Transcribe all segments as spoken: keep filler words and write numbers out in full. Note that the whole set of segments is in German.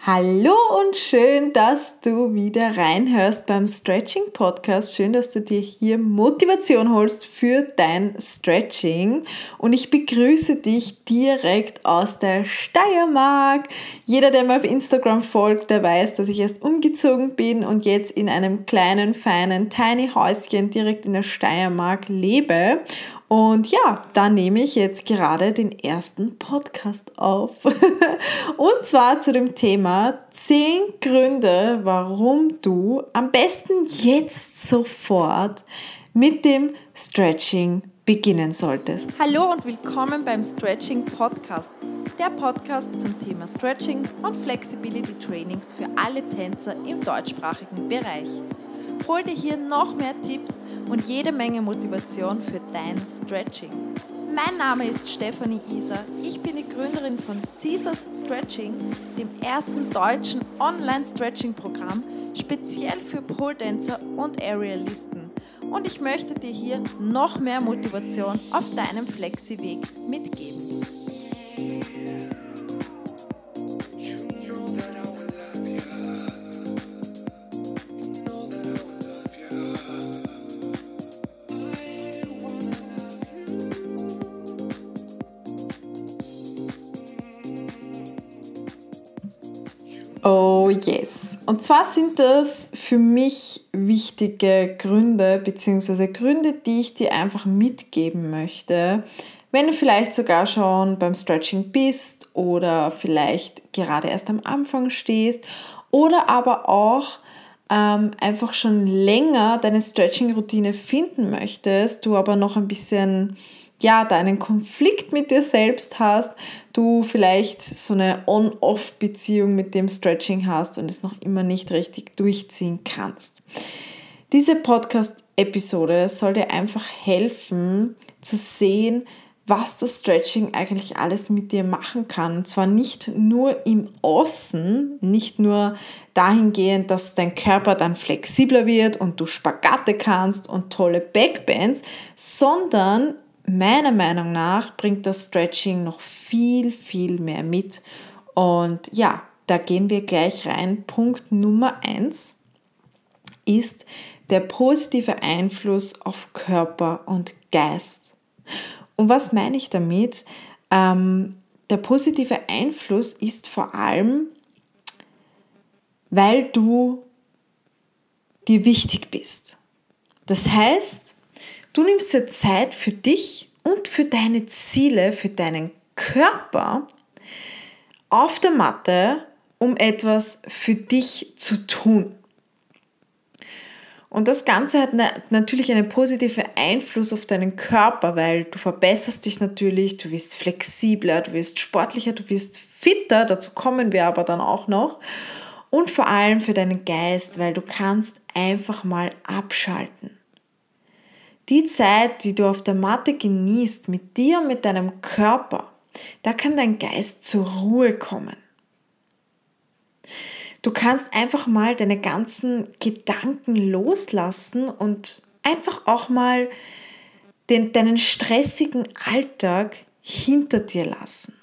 Hallo und schön, dass du wieder reinhörst beim Stretching Podcast. Schön, dass du dir hier Motivation holst für dein Stretching. Und ich begrüße dich direkt aus der Steiermark. Jeder, der mir auf Instagram folgt, der weiß, dass ich erst umgezogen bin und jetzt in einem kleinen, feinen, tiny Häuschen direkt in der Steiermark lebe. Und ja, da nehme ich jetzt gerade den ersten Podcast auf. Und zwar zu dem Thema zehn Gründe, warum du am besten jetzt sofort mit dem Stretching beginnen solltest. Hallo und willkommen beim Stretching Podcast. Der Podcast zum Thema Stretching und Flexibility Trainings für alle Tänzer im deutschsprachigen Bereich. Hol dir hier noch mehr Tipps und jede Menge Motivation für dein Stretching. Mein Name ist Stefanie Iser. Ich bin die Gründerin von Caesars Stretching, dem ersten deutschen Online-Stretching-Programm, speziell für Pole-Dancer und Aerialisten. Und ich möchte dir hier noch mehr Motivation auf deinem Flexi-Weg mitgeben. Oh yes. Und zwar sind das für mich wichtige Gründe, beziehungsweise Gründe, die ich dir einfach mitgeben möchte, wenn du vielleicht sogar schon beim Stretching bist oder vielleicht gerade erst am Anfang stehst oder aber auch ähm, einfach schon länger deine Stretching-Routine finden möchtest, du aber noch ein bisschen ja, da einen Konflikt mit dir selbst hast, du vielleicht so eine On-Off-Beziehung mit dem Stretching hast und es noch immer nicht richtig durchziehen kannst. Diese Podcast-Episode soll dir einfach helfen, zu sehen, was das Stretching eigentlich alles mit dir machen kann. Und zwar nicht nur im Außen, nicht nur dahingehend, dass dein Körper dann flexibler wird und du Spagate kannst und tolle Backbends, sondern meiner Meinung nach bringt das Stretching noch viel, viel mehr mit. Und ja, da gehen wir gleich rein. Punkt Nummer eins ist der positive Einfluss auf Körper und Geist. Und was meine ich damit? Ähm, der positive Einfluss ist vor allem, weil du dir wichtig bist. Das heißt, du nimmst dir Zeit für dich und für deine Ziele, für deinen Körper auf der Matte, um etwas für dich zu tun. Und das Ganze hat natürlich einen positiven Einfluss auf deinen Körper, weil du verbesserst dich natürlich, du wirst flexibler, du wirst sportlicher, du wirst fitter, dazu kommen wir aber dann auch noch. Und vor allem für deinen Geist, weil du kannst einfach mal abschalten. Die Zeit, die du auf der Matte genießt, mit dir und mit deinem Körper, da kann dein Geist zur Ruhe kommen. Du kannst einfach mal deine ganzen Gedanken loslassen und einfach auch mal den, deinen stressigen Alltag hinter dir lassen.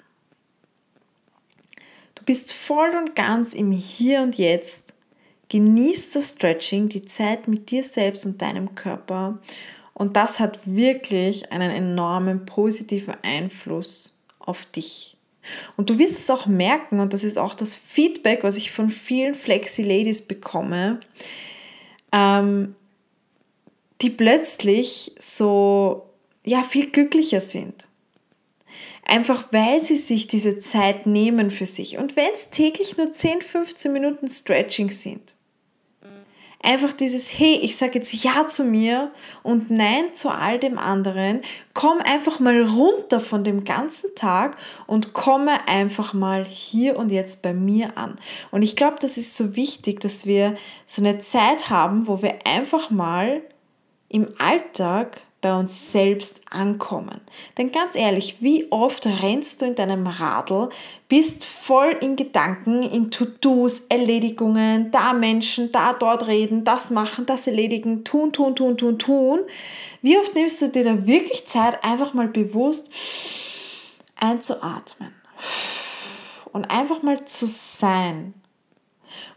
Du bist voll und ganz im Hier und Jetzt. Genieß das Stretching, die Zeit mit dir selbst und deinem Körper. Und das hat wirklich einen enormen positiven Einfluss auf dich. Und du wirst es auch merken, und das ist auch das Feedback, was ich von vielen Flexi-Ladies bekomme, ähm, die plötzlich so ja, viel glücklicher sind. Einfach weil sie sich diese Zeit nehmen für sich. Und wenn es täglich nur zehn, fünfzehn Minuten Stretching sind, einfach dieses, hey, ich sage jetzt Ja zu mir und Nein zu all dem anderen. Komm einfach mal runter von dem ganzen Tag und komme einfach mal hier und jetzt bei mir an. Und ich glaube, das ist so wichtig, dass wir so eine Zeit haben, wo wir einfach mal im Alltag bei uns selbst ankommen. Denn ganz ehrlich, wie oft rennst du in deinem Radl, bist voll in Gedanken, in To-Dos, Erledigungen, da Menschen, da dort reden, das machen, das erledigen, tun, tun, tun, tun, tun. Wie oft nimmst du dir da wirklich Zeit, einfach mal bewusst einzuatmen und einfach mal zu sein.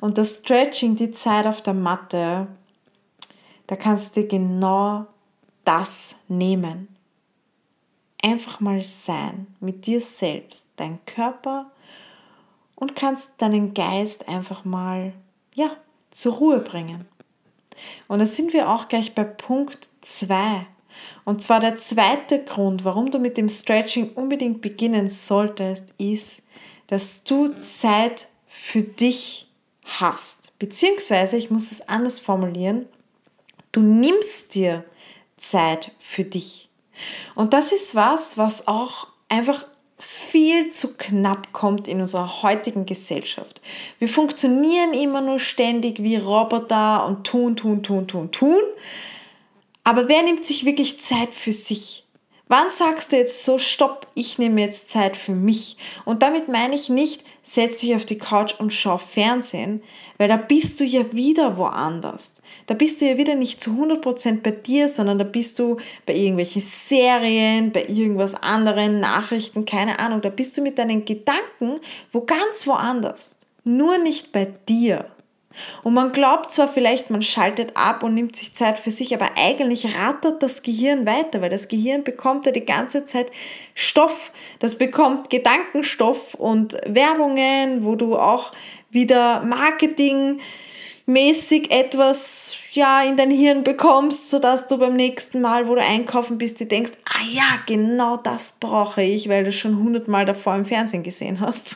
Und das Stretching, die Zeit auf der Matte, da kannst du dir genau das nehmen. Einfach mal sein mit dir selbst, dein Körper, und kannst deinen Geist einfach mal, ja, zur Ruhe bringen. Und da sind wir auch gleich bei Punkt zwei. Und zwar der zweite Grund, warum du mit dem Stretching unbedingt beginnen solltest, ist, dass du Zeit für dich hast. Beziehungsweise, ich muss es anders formulieren, du nimmst dir Zeit für dich. Und das ist was, was auch einfach viel zu knapp kommt in unserer heutigen Gesellschaft. Wir funktionieren immer nur ständig wie Roboter und tun, tun, tun, tun, tun. Aber wer nimmt sich wirklich Zeit für sich? Wann sagst du jetzt so, stopp, ich nehme jetzt Zeit für mich? Und damit meine ich nicht, setz dich auf die Couch und schau Fernsehen, weil da bist du ja wieder woanders. Da bist du ja wieder nicht zu hundert Prozent bei dir, sondern da bist du bei irgendwelchen Serien, bei irgendwas anderen, Nachrichten, keine Ahnung. Da bist du mit deinen Gedanken wo ganz woanders, nur nicht bei dir. Und man glaubt zwar vielleicht, man schaltet ab und nimmt sich Zeit für sich, aber eigentlich rattert das Gehirn weiter, weil das Gehirn bekommt ja die ganze Zeit Stoff. Das bekommt Gedankenstoff und Werbungen, wo du auch wieder marketingmäßig etwas ja, in dein Hirn bekommst, sodass du beim nächsten Mal, wo du einkaufen bist, dir denkst, ah ja, genau das brauche ich, weil du es schon hundertmal davor im Fernsehen gesehen hast.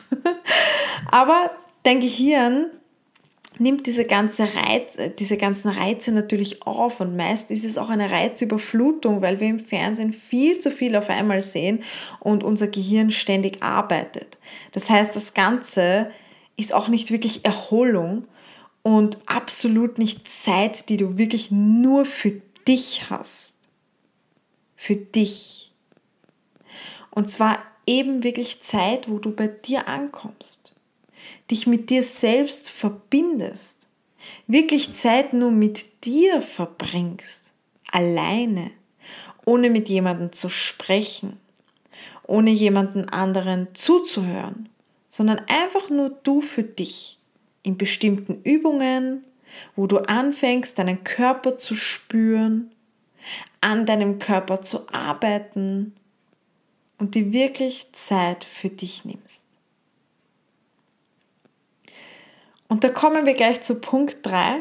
Aber dein Gehirn nimmt diese, ganze Reiz, diese ganzen Reize natürlich auf, und meist ist es auch eine Reizüberflutung, weil wir im Fernsehen viel zu viel auf einmal sehen und unser Gehirn ständig arbeitet. Das heißt, das Ganze ist auch nicht wirklich Erholung und absolut nicht Zeit, die du wirklich nur für dich hast. Für dich. Und zwar eben wirklich Zeit, wo du bei dir ankommst. Dich mit dir selbst verbindest, wirklich Zeit nur mit dir verbringst, alleine, ohne mit jemandem zu sprechen, ohne jemanden anderen zuzuhören, sondern einfach nur du für dich, in bestimmten Übungen, wo du anfängst, deinen Körper zu spüren, an deinem Körper zu arbeiten und dir wirklich Zeit für dich nimmst. Und da kommen wir gleich zu Punkt drei.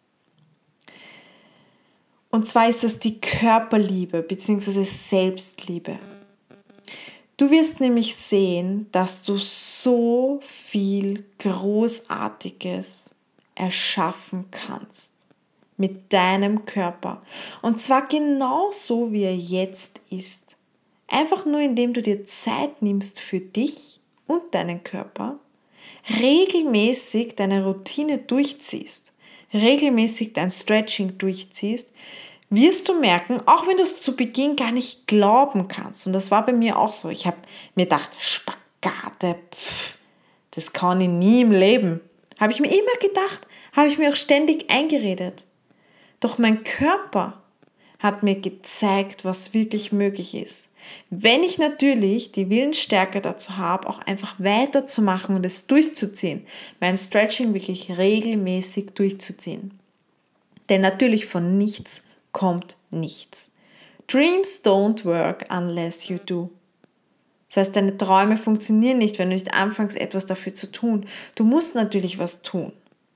Und zwar ist das die Körperliebe bzw. Selbstliebe. Du wirst nämlich sehen, dass du so viel Großartiges erschaffen kannst mit deinem Körper. Und zwar genauso, wie er jetzt ist. Einfach nur, indem du dir Zeit nimmst für dich und deinen Körper, regelmäßig deine Routine durchziehst, regelmäßig dein Stretching durchziehst, wirst du merken, auch wenn du es zu Beginn gar nicht glauben kannst, und das war bei mir auch so, ich habe mir gedacht, Spagate, pff, das kann ich nie im Leben. Habe ich mir immer gedacht, habe ich mir auch ständig eingeredet. Doch mein Körper hat mir gezeigt, was wirklich möglich ist. Wenn ich natürlich die Willensstärke dazu habe, auch einfach weiterzumachen und es durchzuziehen, mein Stretching wirklich regelmäßig durchzuziehen. Denn natürlich von nichts kommt nichts. Dreams don't work unless you do. Das heißt, deine Träume funktionieren nicht, wenn du nicht anfängst, etwas dafür zu tun. Du musst natürlich was tun.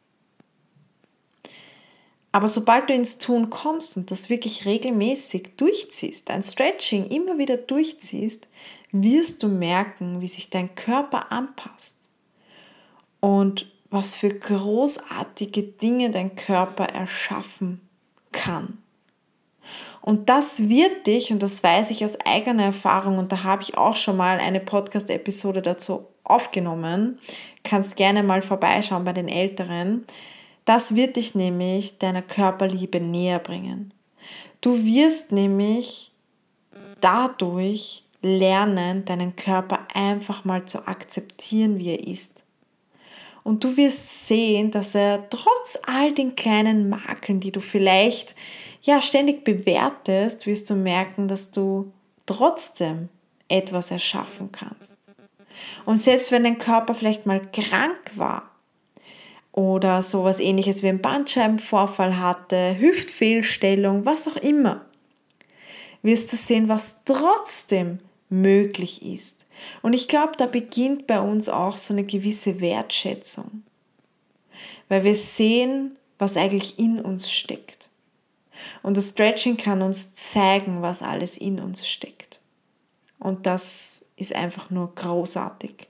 Aber sobald du ins Tun kommst und das wirklich regelmäßig durchziehst, dein Stretching immer wieder durchziehst, wirst du merken, wie sich dein Körper anpasst und was für großartige Dinge dein Körper erschaffen kann. Und das wird dich, und das weiß ich aus eigener Erfahrung, und da habe ich auch schon mal eine Podcast-Episode dazu aufgenommen, kannst gerne mal vorbeischauen bei den Älteren. Das wird dich nämlich deiner Körperliebe näher bringen. Du wirst nämlich dadurch lernen, deinen Körper einfach mal zu akzeptieren, wie er ist. Und du wirst sehen, dass er trotz all den kleinen Makeln, die du vielleicht ja ständig bewertest, wirst du merken, dass du trotzdem etwas erschaffen kannst. Und selbst wenn dein Körper vielleicht mal krank war, oder sowas Ähnliches wie einen Bandscheibenvorfall hatte, Hüftfehlstellung, was auch immer, wirst du sehen, was trotzdem möglich ist. Und ich glaube, da beginnt bei uns auch so eine gewisse Wertschätzung, weil wir sehen, was eigentlich in uns steckt. Und das Stretching kann uns zeigen, was alles in uns steckt. Und das ist einfach nur großartig.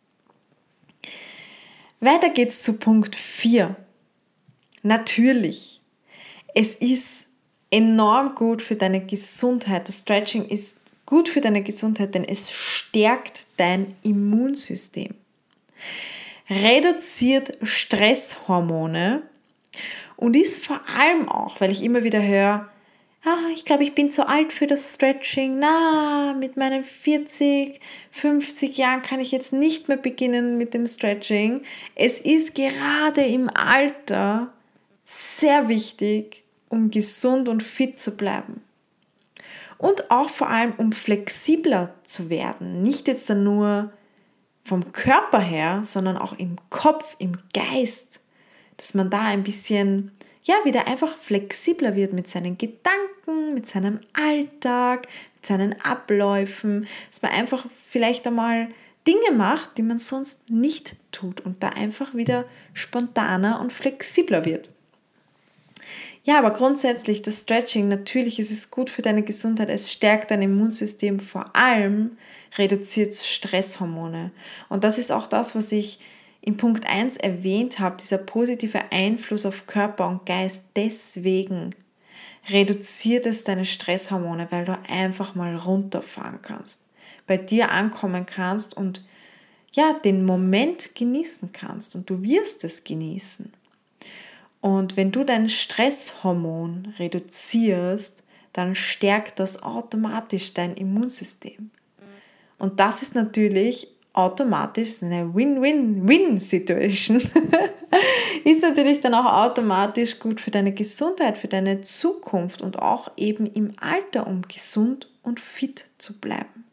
Weiter geht's zu Punkt vier. Natürlich, es ist enorm gut für deine Gesundheit. Das Stretching ist gut für deine Gesundheit, denn es stärkt dein Immunsystem, reduziert Stresshormone und ist vor allem auch, weil ich immer wieder höre, ah, ich glaube, ich bin zu alt für das Stretching. Na, mit meinen vierzig, fünfzig Jahren kann ich jetzt nicht mehr beginnen mit dem Stretching. Es ist gerade im Alter sehr wichtig, um gesund und fit zu bleiben. Und auch vor allem, um flexibler zu werden. Nicht jetzt nur vom Körper her, sondern auch im Kopf, im Geist. Dass man da ein bisschen, ja, wieder einfach flexibler wird mit seinen Gedanken, mit seinem Alltag, mit seinen Abläufen, dass man einfach vielleicht einmal Dinge macht, die man sonst nicht tut und da einfach wieder spontaner und flexibler wird. Ja, aber grundsätzlich das Stretching, natürlich ist es gut für deine Gesundheit, es stärkt dein Immunsystem, vor allem reduziert Stresshormone. Und das ist auch das, was ich in Punkt eins erwähnt habe, dieser positive Einfluss auf Körper und Geist. Deswegen reduziert es deine Stresshormone, weil du einfach mal runterfahren kannst, bei dir ankommen kannst und ja, den Moment genießen kannst und du wirst es genießen. Und wenn du dein Stresshormon reduzierst, dann stärkt das automatisch dein Immunsystem. Und das ist natürlich automatisch eine Win-Win-Win-Situation. Ist natürlich dann auch automatisch gut für deine Gesundheit, für deine Zukunft und auch eben im Alter, um gesund und fit zu bleiben.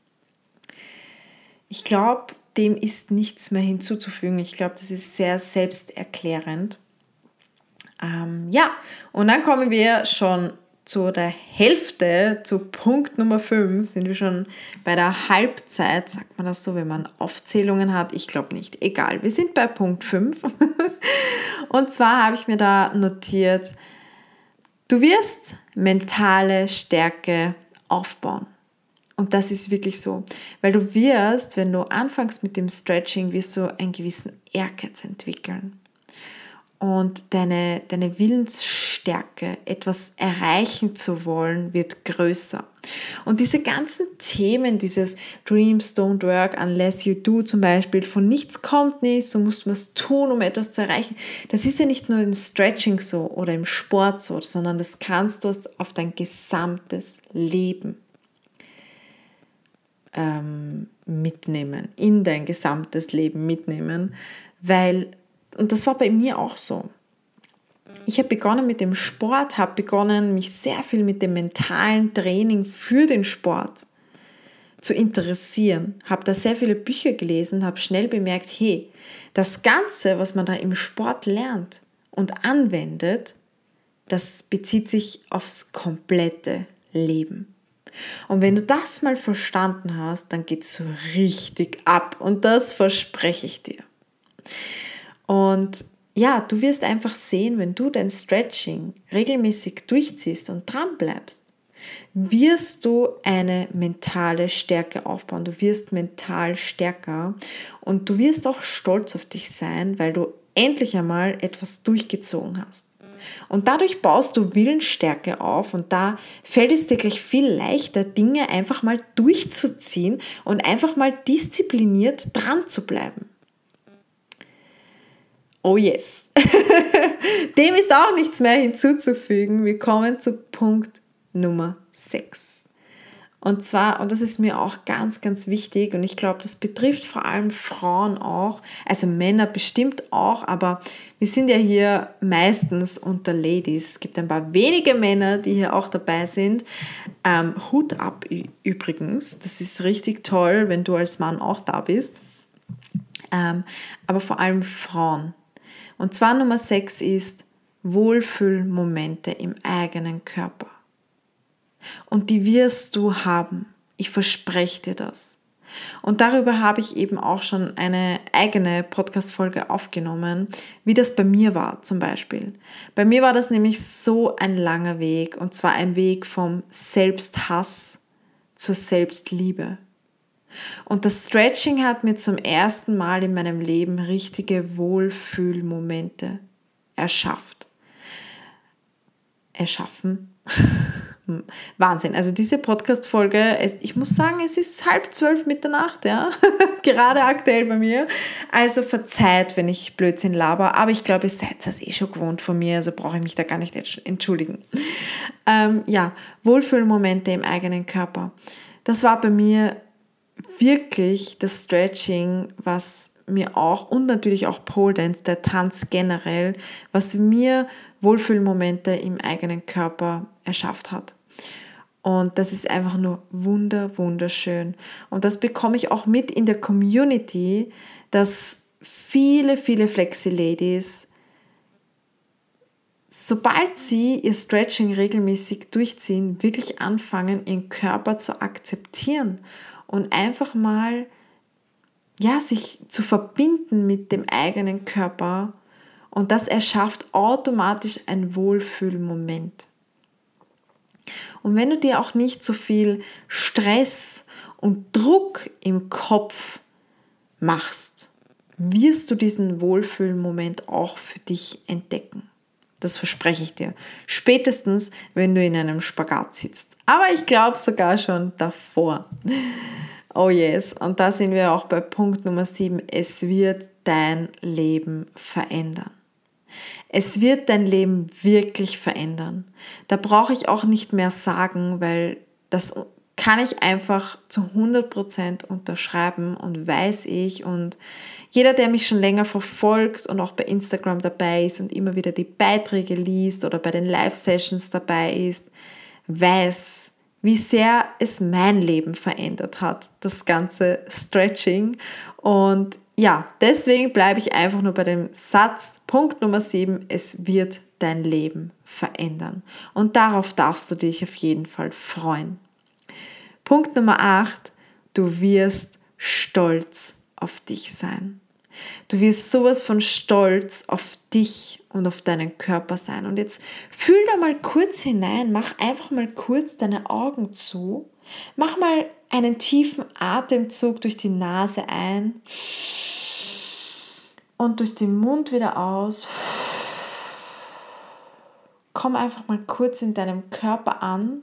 Ich glaube, dem ist nichts mehr hinzuzufügen. Ich glaube, das ist sehr selbsterklärend. Ähm, ja, und dann kommen wir schon zu der Hälfte, zu Punkt Nummer fünf, sind wir schon bei der Halbzeit, sagt man das so, wenn man Aufzählungen hat? Ich glaube nicht, egal, wir sind bei Punkt fünf. Und zwar habe ich mir da notiert, du wirst mentale Stärke aufbauen. Und das ist wirklich so, weil du wirst, wenn du anfängst mit dem Stretching, wirst du einen gewissen Ehrgeiz entwickeln. Und deine, deine Willensstärke, etwas erreichen zu wollen, wird größer. Und diese ganzen Themen, dieses Dreams don't work unless you do zum Beispiel, von nichts kommt nichts, du musst was tun, um etwas zu erreichen, das ist ja nicht nur im Stretching so oder im Sport so, sondern das kannst du auf dein gesamtes Leben ähm, mitnehmen, in dein gesamtes Leben mitnehmen, weil und das war bei mir auch so. Ich habe begonnen mit dem Sport, habe begonnen, mich sehr viel mit dem mentalen Training für den Sport zu interessieren. Habe da sehr viele Bücher gelesen, habe schnell bemerkt, hey, das Ganze, was man da im Sport lernt und anwendet, das bezieht sich aufs komplette Leben. Und wenn du das mal verstanden hast, dann geht es so richtig ab. Und das verspreche ich dir. Und ja, du wirst einfach sehen, wenn du dein Stretching regelmäßig durchziehst und dran bleibst, wirst du eine mentale Stärke aufbauen. Du wirst mental stärker und du wirst auch stolz auf dich sein, weil du endlich einmal etwas durchgezogen hast. Und dadurch baust du Willensstärke auf und da fällt es dir gleich viel leichter, Dinge einfach mal durchzuziehen und einfach mal diszipliniert dran zu bleiben. Oh yes. Dem ist auch nichts mehr hinzuzufügen. Wir kommen zu Punkt Nummer sechs. Und zwar, und das ist mir auch ganz, ganz wichtig und ich glaube, das betrifft vor allem Frauen auch, also Männer bestimmt auch, aber wir sind ja hier meistens unter Ladies. Es gibt ein paar wenige Männer, die hier auch dabei sind. Ähm, Hut ab übrigens, das ist richtig toll, wenn du als Mann auch da bist. Ähm, aber vor allem Frauen. Und zwar Nummer sechs ist Wohlfühlmomente im eigenen Körper. Und die wirst du haben. Ich verspreche dir das. Und darüber habe ich eben auch schon eine eigene Podcast-Folge aufgenommen, wie das bei mir war zum Beispiel. Bei mir war das nämlich so ein langer Weg, und zwar ein Weg vom Selbsthass zur Selbstliebe. Und das Stretching hat mir zum ersten Mal in meinem Leben richtige Wohlfühlmomente erschafft. Erschaffen. Wahnsinn. Also diese Podcast-Folge, ich muss sagen, es ist halb zwölf Mitternacht, ja, gerade aktuell bei mir. Also verzeiht, wenn ich Blödsinn laber, aber ich glaube, ihr seid das eh schon gewohnt von mir, also brauche ich mich da gar nicht entschuldigen. Ähm, ja, Wohlfühlmomente im eigenen Körper. Das war bei mir wirklich das Stretching, was mir auch, und natürlich auch Pole Dance, der Tanz generell, was mir Wohlfühlmomente im eigenen Körper erschafft hat. Und das ist einfach nur wunder, wunderschön. Und das bekomme ich auch mit in der Community, dass viele, viele Flexi-Ladies, sobald sie ihr Stretching regelmäßig durchziehen, wirklich anfangen, ihren Körper zu akzeptieren und einfach mal ja, sich zu verbinden mit dem eigenen Körper, und das erschafft automatisch einen Wohlfühlmoment. Und wenn du dir auch nicht so viel Stress und Druck im Kopf machst, wirst du diesen Wohlfühlmoment auch für dich entdecken. Das verspreche ich dir. Spätestens, wenn du in einem Spagat sitzt. Aber ich glaube sogar schon davor. Oh yes, und da sind wir auch bei Punkt Nummer sieben. Es wird dein Leben verändern. Es wird dein Leben wirklich verändern. Da brauche ich auch nicht mehr sagen, weil das kann ich einfach zu hundert Prozent unterschreiben und weiß ich. Und jeder, der mich schon länger verfolgt und auch bei Instagram dabei ist und immer wieder die Beiträge liest oder bei den Live-Sessions dabei ist, weiß, wie sehr es mein Leben verändert hat, das ganze Stretching. Und ja, deswegen bleibe ich einfach nur bei dem Satz, Punkt Nummer sieben, es wird dein Leben verändern. Und darauf darfst du dich auf jeden Fall freuen. Punkt Nummer acht, du wirst stolz auf dich sein. Du wirst sowas von stolz auf dich und auf deinen Körper sein. Und jetzt fühl da mal kurz hinein, mach einfach mal kurz deine Augen zu, mach mal einen tiefen Atemzug durch die Nase ein und durch den Mund wieder aus. Komm einfach mal kurz in deinem Körper an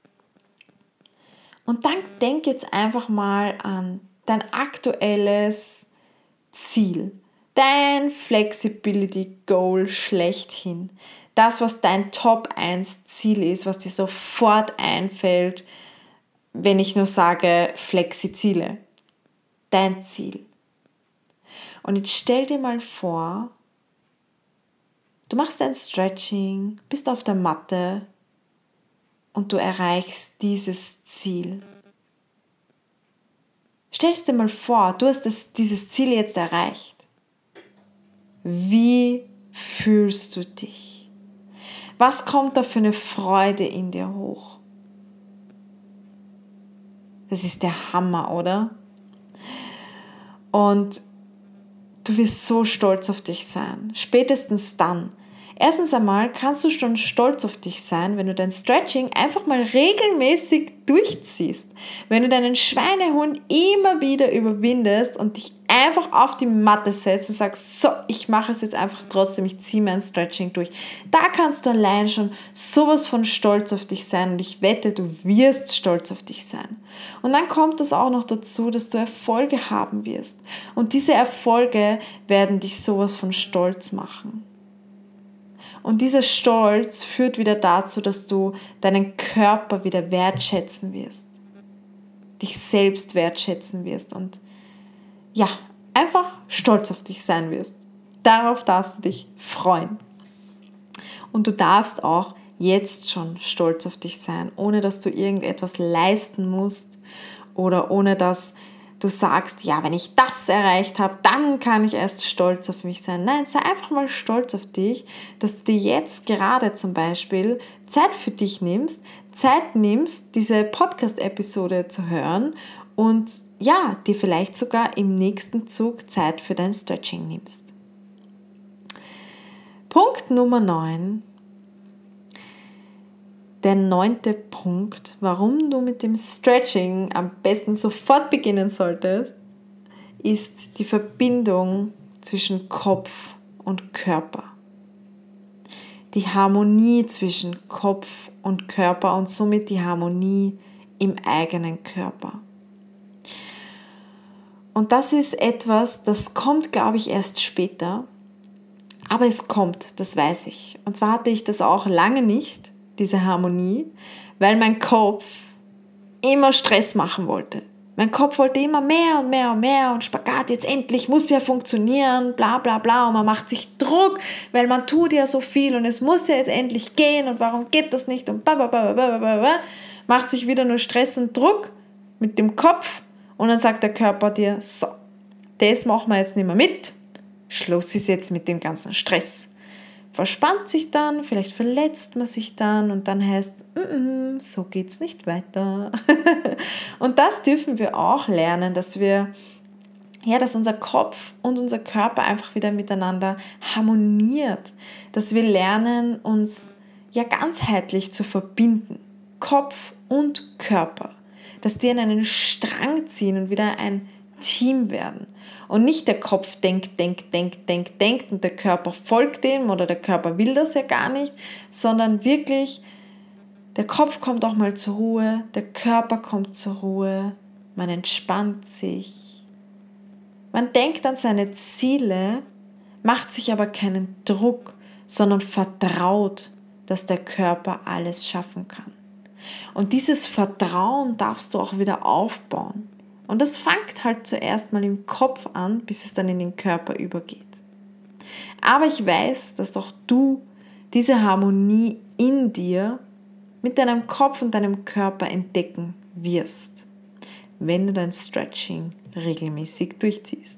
und dann denk jetzt einfach mal an dein aktuelles Ziel, dein Flexibility Goal schlechthin. Das, was dein Top eins Ziel ist, was dir sofort einfällt, wenn ich nur sage Flexi-Ziele. Dein Ziel. Und jetzt stell dir mal vor, du machst ein Stretching, bist auf der Matte und du erreichst dieses Ziel. Stell dir mal vor, du hast das, dieses Ziel jetzt erreicht. Wie fühlst du dich? Was kommt da für eine Freude in dir hoch? Das ist der Hammer, oder? Und du wirst so stolz auf dich sein. Spätestens dann. Erstens einmal kannst du schon stolz auf dich sein, wenn du dein Stretching einfach mal regelmäßig durchziehst. Wenn du deinen Schweinehund immer wieder überwindest und dich einfach auf die Matte setzt und sagst, so, ich mache es jetzt einfach trotzdem, ich ziehe mein Stretching durch. Da kannst du allein schon sowas von stolz auf dich sein und ich wette, du wirst stolz auf dich sein. Und dann kommt das auch noch dazu, dass du Erfolge haben wirst. Und diese Erfolge werden dich sowas von stolz machen. Und dieser Stolz führt wieder dazu, dass du deinen Körper wieder wertschätzen wirst. Dich selbst wertschätzen wirst und ja, einfach stolz auf dich sein wirst. Darauf darfst du dich freuen. Und du darfst auch jetzt schon stolz auf dich sein, ohne dass du irgendetwas leisten musst oder ohne dass du sagst, ja, wenn ich das erreicht habe, dann kann ich erst stolz auf mich sein. Nein, sei einfach mal stolz auf dich, dass du dir jetzt gerade zum Beispiel Zeit für dich nimmst, Zeit nimmst, diese Podcast-Episode zu hören und ja, dir vielleicht sogar im nächsten Zug Zeit für dein Stretching nimmst. Punkt Nummer neun. Der neunte Punkt, warum du mit dem Stretching am besten sofort beginnen solltest, ist die Verbindung zwischen Kopf und Körper. Die Harmonie zwischen Kopf und Körper und somit die Harmonie im eigenen Körper. Und das ist etwas, das kommt, glaube ich, erst später, aber es kommt, das weiß ich. Und zwar hatte ich das auch lange nicht, diese Harmonie, weil mein Kopf immer Stress machen wollte. Mein Kopf wollte immer mehr und mehr und mehr und Spagat, jetzt endlich muss ja funktionieren, bla bla bla und man macht sich Druck, weil man tut ja so viel und es muss ja jetzt endlich gehen und warum geht das nicht und ba ba ba ba ba ba, macht sich wieder nur Stress und Druck mit dem Kopf und dann sagt der Körper dir, so, das machen wir jetzt nicht mehr mit, Schluss ist jetzt mit dem ganzen Stress. Verspannt sich dann, vielleicht verletzt man sich dann und dann heißt es, so geht's nicht weiter. Und das dürfen wir auch lernen, dass wir, ja, dass unser Kopf und unser Körper einfach wieder miteinander harmoniert, dass wir lernen, uns ja ganzheitlich zu verbinden, Kopf und Körper, dass die an einen Strang ziehen und wieder ein Team werden. Und nicht der Kopf denkt, denkt, denkt, denkt, denkt und der Körper folgt dem oder der Körper will das ja gar nicht, sondern wirklich der Kopf kommt auch mal zur Ruhe, der Körper kommt zur Ruhe, man entspannt sich. Man denkt an seine Ziele, macht sich aber keinen Druck, sondern vertraut, dass der Körper alles schaffen kann. Und dieses Vertrauen darfst du auch wieder aufbauen. Und das fängt halt zuerst mal im Kopf an, bis es dann in den Körper übergeht. Aber ich weiß, dass auch du diese Harmonie in dir mit deinem Kopf und deinem Körper entdecken wirst, wenn du dein Stretching regelmäßig durchziehst.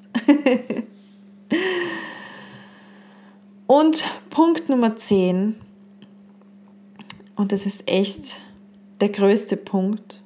Und Punkt Nummer zehn, und das ist echt der größte Punkt,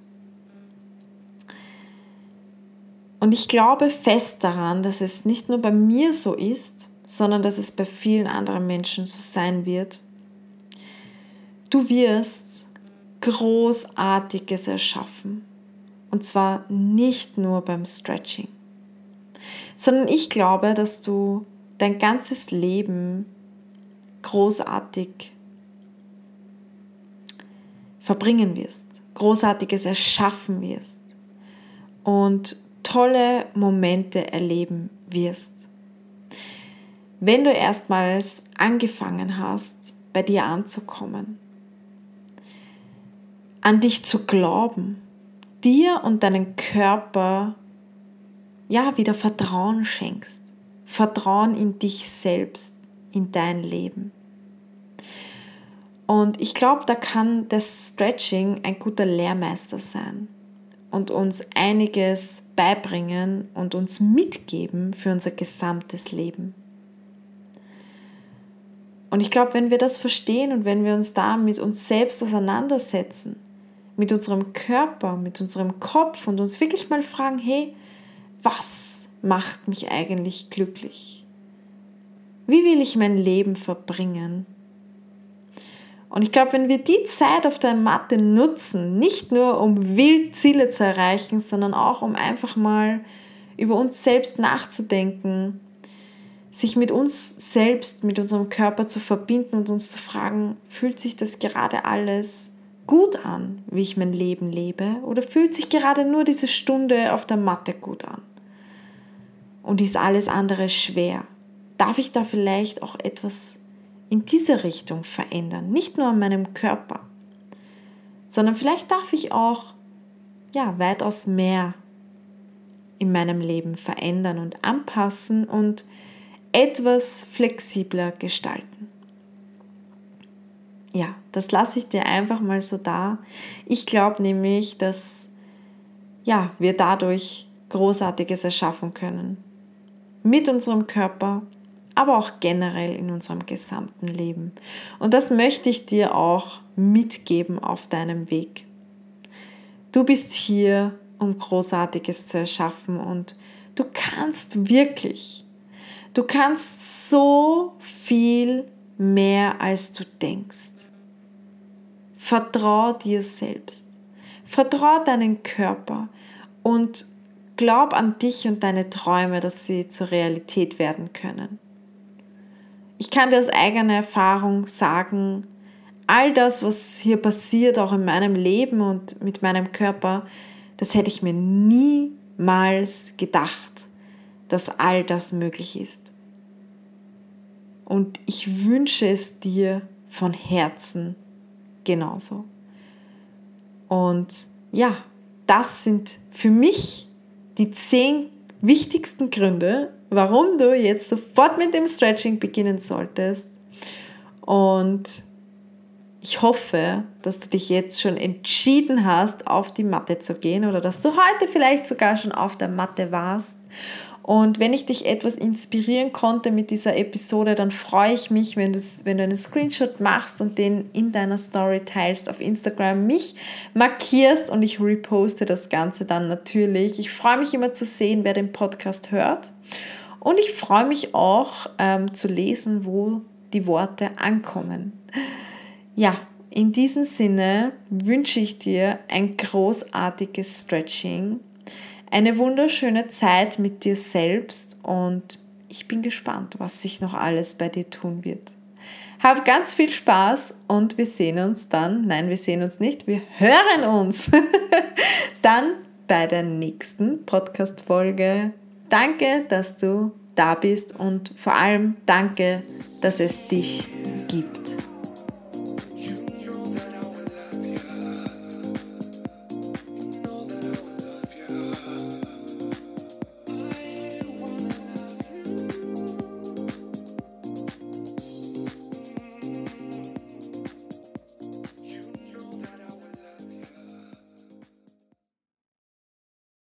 und ich glaube fest daran, dass es nicht nur bei mir so ist, sondern dass es bei vielen anderen Menschen so sein wird. Du wirst Großartiges erschaffen. Und zwar nicht nur beim Stretching, sondern ich glaube, dass du dein ganzes Leben großartig verbringen wirst, Großartiges erschaffen wirst und tolle Momente erleben wirst. Wenn du erstmals angefangen hast, bei dir anzukommen, an dich zu glauben, dir und deinen Körper ja wieder Vertrauen schenkst, Vertrauen in dich selbst, in dein Leben. Und ich glaube, da kann das Stretching ein guter Lehrmeister sein und uns einiges beibringen und uns mitgeben für unser gesamtes Leben. Und ich glaube, wenn wir das verstehen und wenn wir uns da mit uns selbst auseinandersetzen, mit unserem Körper, mit unserem Kopf und uns wirklich mal fragen, hey, was macht mich eigentlich glücklich? Wie will ich mein Leben verbringen? Und ich glaube, wenn wir die Zeit auf der Matte nutzen, nicht nur um wild Ziele zu erreichen, sondern auch um einfach mal über uns selbst nachzudenken, sich mit uns selbst, mit unserem Körper zu verbinden und uns zu fragen, fühlt sich das gerade alles gut an, wie ich mein Leben lebe, oder fühlt sich gerade nur diese Stunde auf der Matte gut an? Und ist alles andere schwer? Darf ich da vielleicht auch etwas in diese Richtung verändern, nicht nur an meinem Körper, sondern vielleicht darf ich auch ja, weitaus mehr in meinem Leben verändern und anpassen und etwas flexibler gestalten. Ja, das lasse ich dir einfach mal so da. Ich glaube nämlich, dass ja, wir dadurch Großartiges erschaffen können. Mit unserem Körper, aber auch generell in unserem gesamten Leben. Und das möchte ich dir auch mitgeben auf deinem Weg. Du bist hier, um Großartiges zu erschaffen und du kannst wirklich, du kannst so viel mehr, als du denkst. Vertrau dir selbst, vertrau deinen Körper und glaub an dich und deine Träume, dass sie zur Realität werden können. Ich kann dir aus eigener Erfahrung sagen, all das, was hier passiert, auch in meinem Leben und mit meinem Körper, das hätte ich mir niemals gedacht, dass all das möglich ist. Und ich wünsche es dir von Herzen genauso. Und ja, das sind für mich die zehn wichtigsten Gründe, warum du jetzt sofort mit dem Stretching beginnen solltest. Und ich hoffe, dass du dich jetzt schon entschieden hast, auf die Matte zu gehen oder dass du heute vielleicht sogar schon auf der Matte warst. Und wenn ich dich etwas inspirieren konnte mit dieser Episode, dann freue ich mich, wenn du, wenn du einen Screenshot machst und den in deiner Story teilst auf Instagram, mich markierst und ich reposte das Ganze dann natürlich. Ich freue mich immer zu sehen, wer den Podcast hört. Und ich freue mich auch ähm, zu lesen, wo die Worte ankommen. Ja, in diesem Sinne wünsche ich dir ein großartiges Stretching, eine wunderschöne Zeit mit dir selbst und ich bin gespannt, was sich noch alles bei dir tun wird. Hab ganz viel Spaß und wir sehen uns dann, nein, wir sehen uns nicht, wir hören uns dann bei der nächsten Podcast-Folge. Danke, dass du da bist und vor allem danke, dass es dich gibt.